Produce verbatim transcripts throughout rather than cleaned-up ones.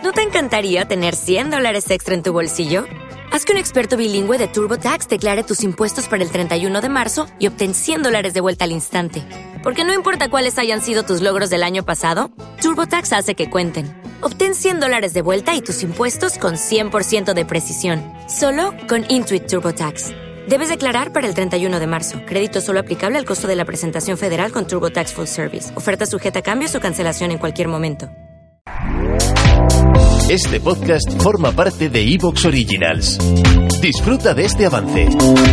¿No te encantaría tener cien dólares extra en tu bolsillo? Haz que un experto bilingüe de TurboTax declare tus impuestos para el treinta y uno de marzo y obtén cien dólares de vuelta al instante. Porque no importa cuáles hayan sido tus logros del año pasado, TurboTax hace que cuenten. Obtén cien dólares de vuelta y tus impuestos con cien por ciento de precisión. Solo con Intuit TurboTax. Debes declarar para el treinta y uno de marzo. Crédito solo aplicable al costo de la presentación federal con TurboTax Full Service. Oferta sujeta a cambios o cancelación en cualquier momento. Este podcast forma parte de iVoox Originals. Disfruta de este avance.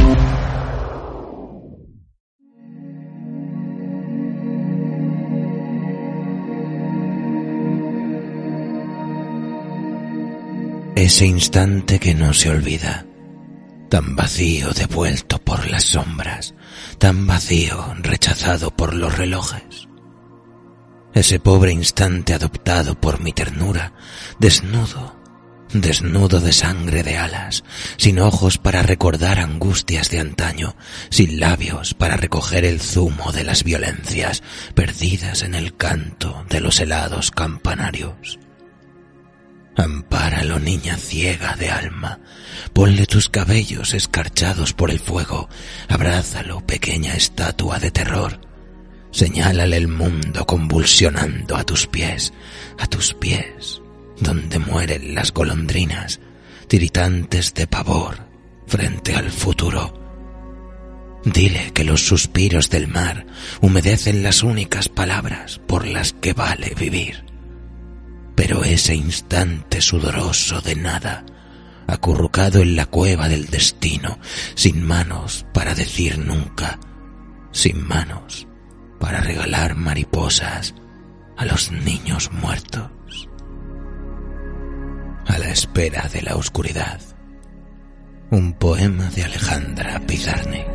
Ese instante que no se olvida, tan vacío devuelto por las sombras, tan vacío rechazado por los relojes. Ese pobre instante adoptado por mi ternura, desnudo, desnudo de sangre de alas, sin ojos para recordar angustias de antaño, sin labios para recoger el zumo de las violencias, perdidas en el canto de los helados campanarios. Ampáralo, niña ciega de alma, ponle tus cabellos escarchados por el fuego, abrázalo, pequeña estatua de terror. Señálale el mundo convulsionando a tus pies, a tus pies, donde mueren las golondrinas, tiritantes de pavor frente al futuro. Dile que los suspiros del mar humedecen las únicas palabras por las que vale vivir. Pero ese instante sudoroso de nada, acurrucado en la cueva del destino, sin manos para decir nunca, sin manos para regalar mariposas a los niños muertos. A la espera de la oscuridad. Un poema de Alejandra Pizarnik.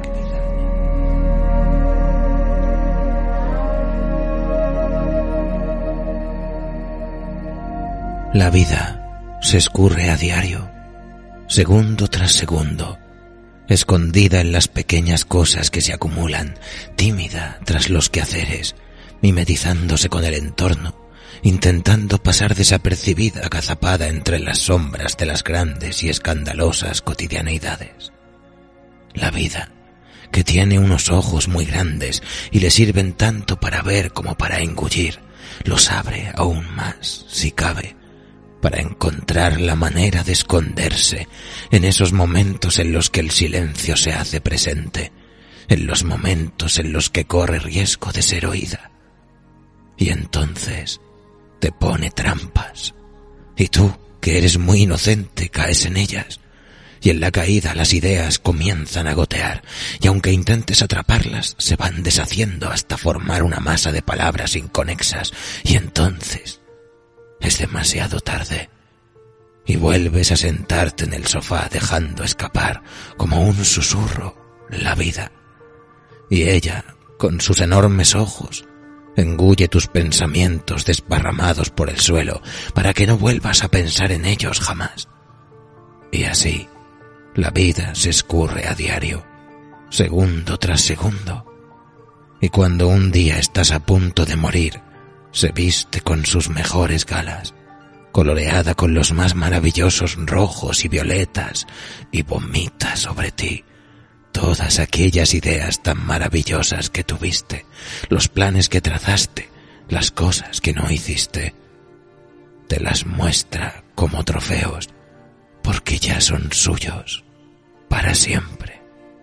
La vida se escurre a diario, segundo tras segundo, escondida en las pequeñas cosas que se acumulan, tímida tras los quehaceres, mimetizándose con el entorno, intentando pasar desapercibida, agazapada entre las sombras de las grandes y escandalosas cotidianeidades. La vida, que tiene unos ojos muy grandes y le sirven tanto para ver como para engullir, los abre aún más, si cabe, para encontrar la manera de esconderse en esos momentos en los que el silencio se hace presente, en los momentos en los que corre riesgo de ser oída. Y entonces te pone trampas, y tú, que eres muy inocente, caes en ellas, y en la caída las ideas comienzan a gotear, y aunque intentes atraparlas, se van deshaciendo hasta formar una masa de palabras inconexas, y entonces es demasiado tarde, y vuelves a sentarte en el sofá dejando escapar, como un susurro, la vida. Y ella, con sus enormes ojos, engulle tus pensamientos desparramados por el suelo, para que no vuelvas a pensar en ellos jamás. Y así, la vida se escurre a diario, segundo tras segundo, y cuando un día estás a punto de morir, se viste con sus mejores galas, coloreada con los más maravillosos rojos y violetas, y vomita sobre ti todas aquellas ideas tan maravillosas que tuviste, los planes que trazaste, las cosas que no hiciste. Te las muestra como trofeos, porque ya son suyos para siempre.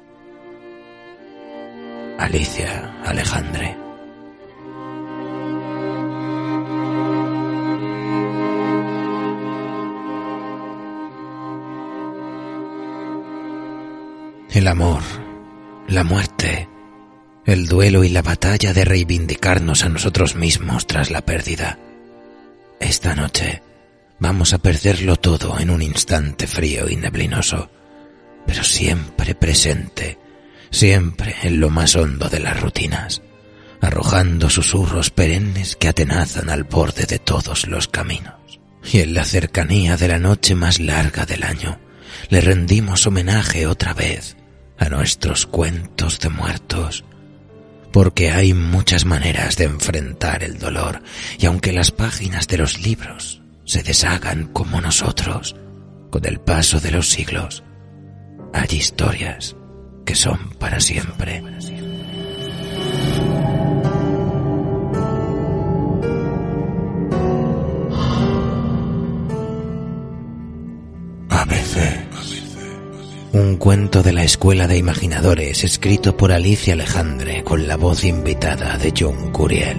Alicia Alejandre. El amor, la muerte, el duelo y la batalla de reivindicarnos a nosotros mismos tras la pérdida. Esta noche vamos a perderlo todo en un instante frío y neblinoso, pero siempre presente, siempre en lo más hondo de las rutinas, arrojando susurros perennes que atenazan al borde de todos los caminos. Y en la cercanía de la noche más larga del año, le rendimos homenaje otra vez a nuestros cuentos de muertos, porque hay muchas maneras de enfrentar el dolor, y aunque las páginas de los libros se deshagan como nosotros con el paso de los siglos. Hay historias que son para siempre. A B C. Un cuento de la Escuela de Imaginadores escrito por Alicia Alejandre con la voz invitada de John Curiel.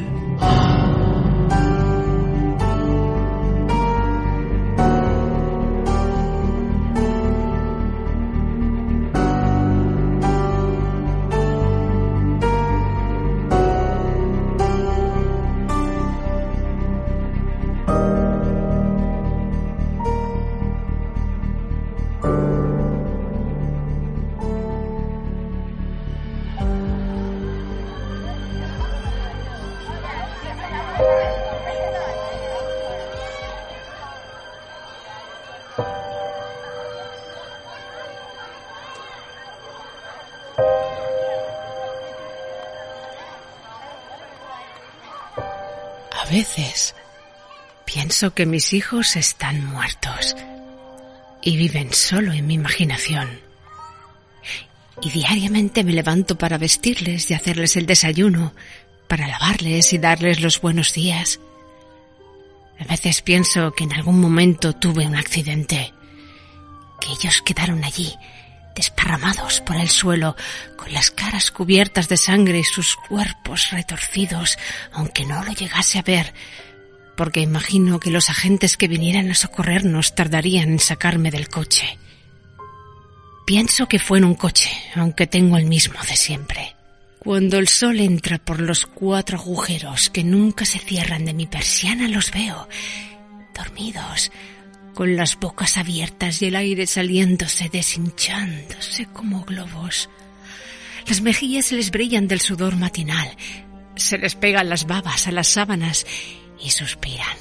A veces pienso que mis hijos están muertos y viven solo en mi imaginación. Y diariamente me levanto para vestirles y hacerles el desayuno, para lavarles y darles los buenos días. A veces pienso que en algún momento tuve un accidente, que ellos quedaron allí, desparramados por el suelo, con las caras cubiertas de sangre y sus cuerpos retorcidos, aunque no lo llegase a ver, porque imagino que los agentes que vinieran a socorrernos tardarían en sacarme del coche. Pienso que fue en un coche, aunque tengo el mismo de siempre. Cuando el sol entra por los cuatro agujeros que nunca se cierran de mi persiana, los veo, dormidos, con las bocas abiertas y el aire saliéndose, deshinchándose como globos. Las mejillas se les brillan del sudor matinal, se les pegan las babas a las sábanas y suspiran.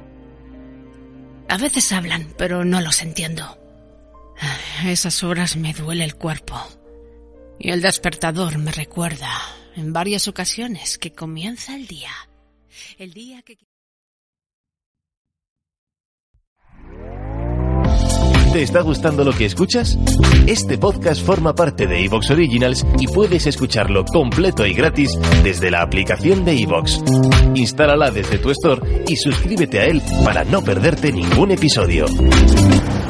A veces hablan, pero no los entiendo. A esas horas me duele el cuerpo y el despertador me recuerda en varias ocasiones que comienza el día, el día que... ¿Te está gustando lo que escuchas? Este podcast forma parte de iVoox Originals y puedes escucharlo completo y gratis desde la aplicación de iVoox. Instálala desde tu store y suscríbete a él para no perderte ningún episodio.